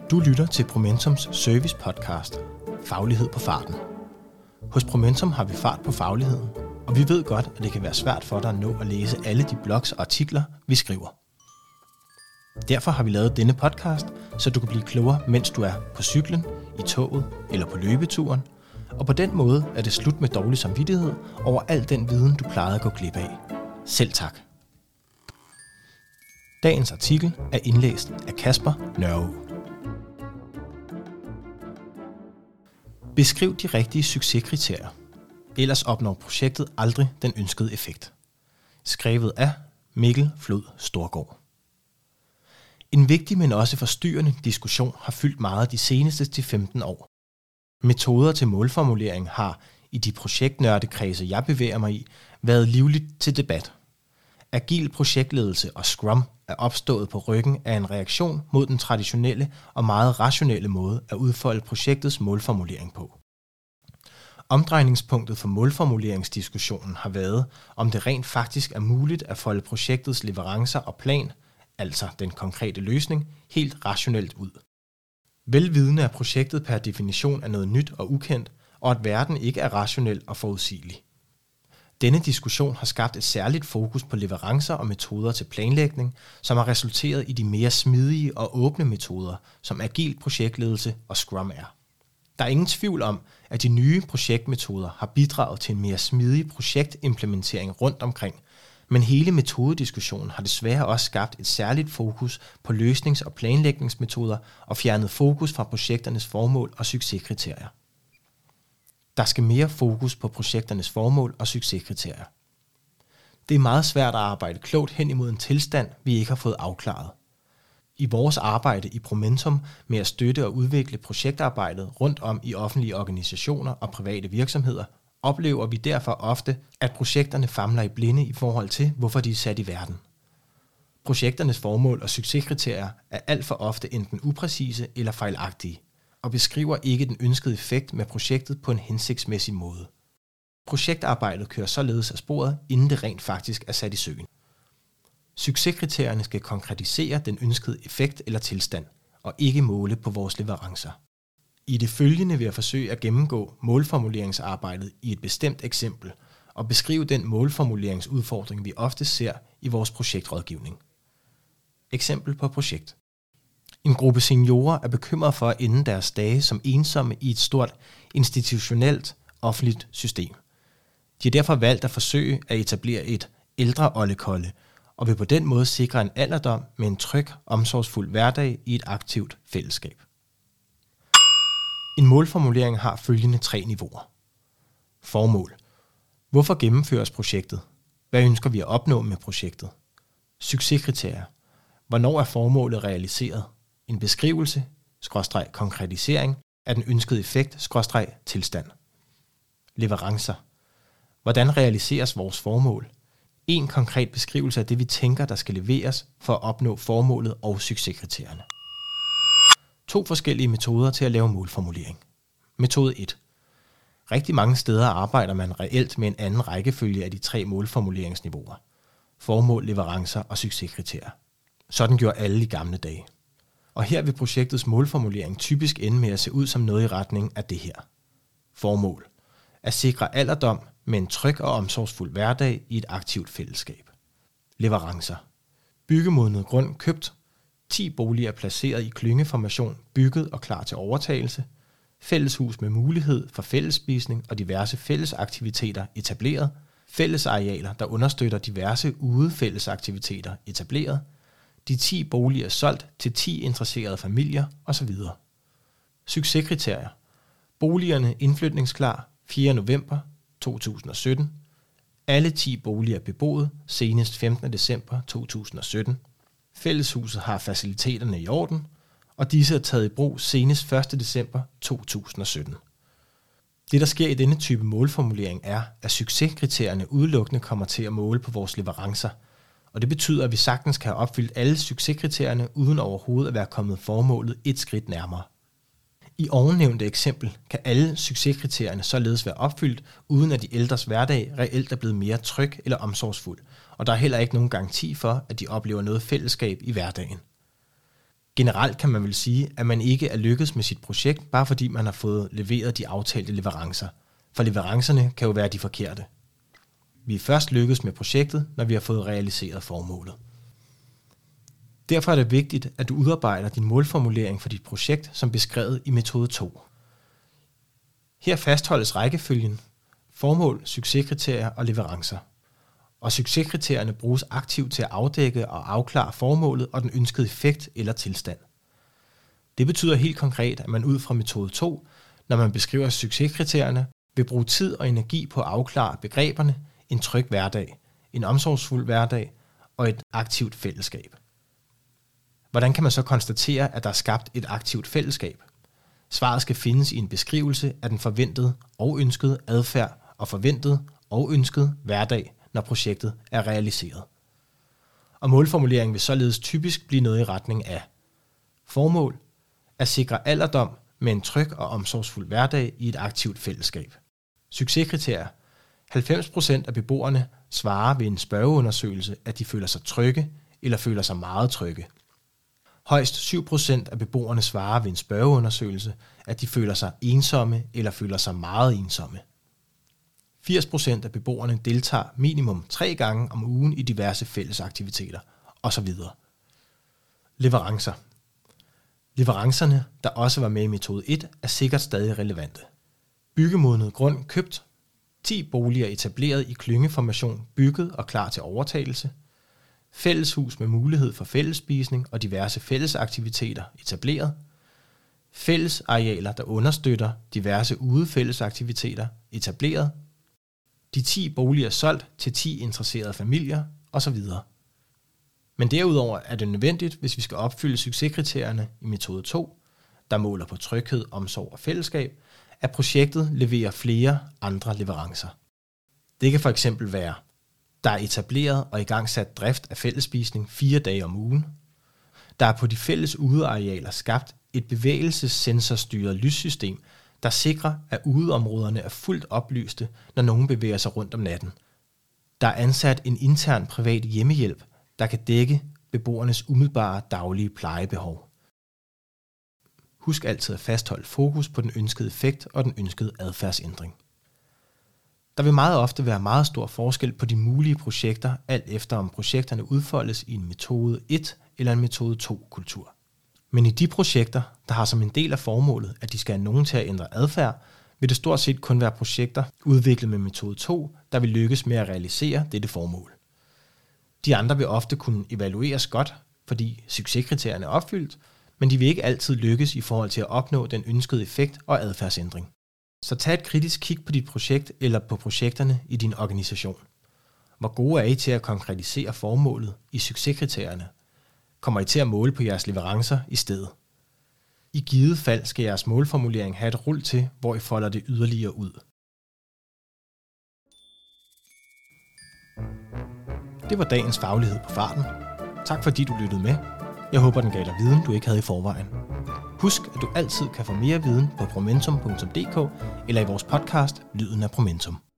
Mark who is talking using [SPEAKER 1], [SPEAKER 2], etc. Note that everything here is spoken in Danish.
[SPEAKER 1] Du lytter til Promentums service podcast, Faglighed på farten. Hos Promentum har vi fart på fagligheden, og vi ved godt, at det kan være svært for dig at nå at læse alle de blogs og artikler, vi skriver. Derfor har vi lavet denne podcast, så du kan blive klogere, mens du er på cyklen, i toget eller på løbeturen, og på den måde er det slut med dårlig samvittighed over al den viden, du plejede at gå glip af. Selv tak. Dagens artikel er indlæst af Kasper Nørreå. Beskriv de rigtige succeskriterier, ellers opnår projektet aldrig den ønskede effekt. Skrevet af Mikkel Flod Storgård. En vigtig, men også forstyrrende diskussion har fyldt meget de seneste 15 år. Metoder til målformulering har, i de projektnørdekredse jeg bevæger mig i, været livligt til debat. Agil projektledelse og Scrum er opstået på ryggen af en reaktion mod den traditionelle og meget rationelle måde at udfolde projektets målformulering på. Omdrejningspunktet for målformuleringsdiskussionen har været, om det rent faktisk er muligt at folde projektets leverancer og plan, altså den konkrete løsning, helt rationelt ud. Velvidende at projektet per definition er noget nyt og ukendt, og at verden ikke er rationel og forudsigelig. Denne diskussion har skabt et særligt fokus på leverancer og metoder til planlægning, som har resulteret i de mere smidige og åbne metoder, som agil projektledelse og Scrum er. Der er ingen tvivl om, at de nye projektmetoder har bidraget til en mere smidig projektimplementering rundt omkring, men hele metodediskussionen har desværre også skabt et særligt fokus på løsnings- og planlægningsmetoder og fjernet fokus fra projekternes formål og succeskriterier. Der skal mere fokus på projekternes formål og succeskriterier. Det er meget svært at arbejde klogt hen imod en tilstand, vi ikke har fået afklaret. I vores arbejde i Promentum med at støtte og udvikle projektarbejdet rundt om i offentlige organisationer og private virksomheder, oplever vi derfor ofte, at projekterne famler i blinde i forhold til, hvorfor de er sat i verden. Projekternes formål og succeskriterier er alt for ofte enten upræcise eller fejlagtige, og beskriver ikke den ønskede effekt med projektet på en hensigtsmæssig måde. Projektarbejdet kører således af sporet, inden det rent faktisk er sat i søen. Succeskriterierne skal konkretisere den ønskede effekt eller tilstand, og ikke måle på vores leverancer. I det følgende vil jeg forsøge at gennemgå målformuleringsarbejdet i et bestemt eksempel, og beskrive den målformuleringsudfordring, vi ofte ser i vores projektrådgivning. Eksempel på projekt. En gruppe seniorer er bekymret for at ende deres dage som ensomme i et stort institutionelt offentligt system. De har derfor valgt at forsøge at etablere et ældre-oldekolde, og vil på den måde sikre en alderdom med en tryg, omsorgsfuld hverdag i et aktivt fællesskab. En målformulering har følgende 3 niveauer. Formål. Hvorfor gennemføres projektet? Hvad ønsker vi at opnå med projektet? Succeskriterier. Hvornår er formålet realiseret? En beskrivelse, konkretisering af den ønskede effekt, tilstand. Leverancer. Hvordan realiseres vores formål? En konkret beskrivelse af det, vi tænker, der skal leveres for at opnå formålet og succeskriterierne. 2 forskellige metoder til at lave målformulering. Metode 1. Rigtig mange steder arbejder man reelt med en anden rækkefølge af de 3 målformuleringsniveauer. Formål, leverancer og succeskriterier. Sådan gjorde alle i gamle dage. Og her vil projektets målformulering typisk ende med at se ud som noget i retning af det her. Formål. At sikre alderdom med en tryg og omsorgsfuld hverdag i et aktivt fællesskab. Leverancer. Byggemodnet grund købt. 10 boliger placeret i klyngeformation, bygget og klar til overtagelse. Fælleshus med mulighed for fællesspisning og diverse fællesaktiviteter etableret. Fællesarealer, der understøtter diverse udefællesaktiviteter etableret. De 10 boliger solgt til 10 interesserede familier osv. Succeskriterier. Boligerne indflytningsklar 4. november 2017. Alle 10 boliger beboet senest 15. december 2017. Fælleshuset har faciliteterne i orden, og disse er taget i brug senest 1. december 2017. Det, der sker i denne type målformulering, er, at succeskriterierne udelukkende kommer til at måle på vores leverancer, og det betyder, at vi sagtens kan have opfyldt alle succeskriterierne, uden overhovedet at være kommet formålet et skridt nærmere. I ovennævnte eksempel kan alle succeskriterierne således være opfyldt, uden at de ældres hverdag reelt er blevet mere tryg eller omsorgsfuld, og der er heller ikke nogen garanti for, at de oplever noget fællesskab i hverdagen. Generelt kan man vel sige, at man ikke er lykkedes med sit projekt, bare fordi man har fået leveret de aftalte leverancer. For leverancerne kan jo være de forkerte. Vi er først lykkedes med projektet, når vi har fået realiseret formålet. Derfor er det vigtigt, at du udarbejder din målformulering for dit projekt som beskrevet i metode 2. Her fastholdes rækkefølgen: formål, succeskriterier og leverancer. Og succeskriterierne bruges aktivt til at afdække og afklare formålet og den ønskede effekt eller tilstand. Det betyder helt konkret, at man ud fra metode 2, når man beskriver succeskriterierne, vil bruge tid og energi på at afklare begreberne en tryg hverdag, en omsorgsfuld hverdag og et aktivt fællesskab. Hvordan kan man så konstatere, at der er skabt et aktivt fællesskab? Svaret skal findes i en beskrivelse af den forventede og ønskede adfærd og forventede og ønskede hverdag, når projektet er realiseret. Og målformuleringen vil således typisk blive noget i retning af: formål: at sikre alderdom med en tryg og omsorgsfuld hverdag i et aktivt fællesskab. Succeskriterier: 90% af beboerne svarer ved en spørgeundersøgelse, at de føler sig trygge eller føler sig meget trygge. Højst 7% af beboerne svarer ved en spørgeundersøgelse, at de føler sig ensomme eller føler sig meget ensomme. 80% af beboerne deltager minimum 3 gange om ugen i diverse fællesaktiviteter osv. Leverancer. Leverancerne, der også var med i metode 1, er sikkert stadig relevante. Byggemodnet grund købt. 10 boliger etableret i klyngeformation, bygget og klar til overtagelse. Fælleshus med mulighed for fællesspisning og diverse fællesaktiviteter etableret. Fællesarealer, der understøtter diverse udefællesaktiviteter etableret. De 10 boliger solgt til 10 interesserede familier osv. Men derudover er det nødvendigt, hvis vi skal opfylde succeskriterierne i metode 2, der måler på tryghed, omsorg og fællesskab, at projektet leverer flere andre leverancer. Det kan for eksempel være: der er etableret og igangsat drift af fællesspisning 4 dage om ugen. Der er på de fælles udearealer skabt et bevægelsessensorstyret lyssystem, der sikrer, at udeområderne er fuldt oplyste, når nogen bevæger sig rundt om natten. Der er ansat en intern privat hjemmehjælp, der kan dække beboernes umiddelbare daglige plejebehov. Husk altid at fastholde fokus på den ønskede effekt og den ønskede adfærdsændring. Der vil meget ofte være meget stor forskel på de mulige projekter, alt efter om projekterne udfoldes i en metode 1 eller en metode 2 kultur. Men i de projekter, der har som en del af formålet, at de skal have nogen til at ændre adfærd, vil det stort set kun være projekter udviklet med metode 2, der vil lykkes med at realisere dette formål. De andre vil ofte kunne evalueres godt, fordi succeskriterierne er opfyldt, men de vil ikke altid lykkes i forhold til at opnå den ønskede effekt og adfærdsændring. Så tag et kritisk kig på dit projekt eller på projekterne i din organisation. Hvor gode er I til at konkretisere formålet i succeskriterierne? Kommer I til at måle på jeres leverancer i stedet? I givet fald skal jeres målformulering have et rul til, hvor I folder det yderligere ud. Det var dagens faglighed på farten. Tak fordi du lyttede med. Jeg håber, den gav dig viden, du ikke havde i forvejen. Husk, at du altid kan få mere viden på promentum.dk eller i vores podcast Lyden af Promentum.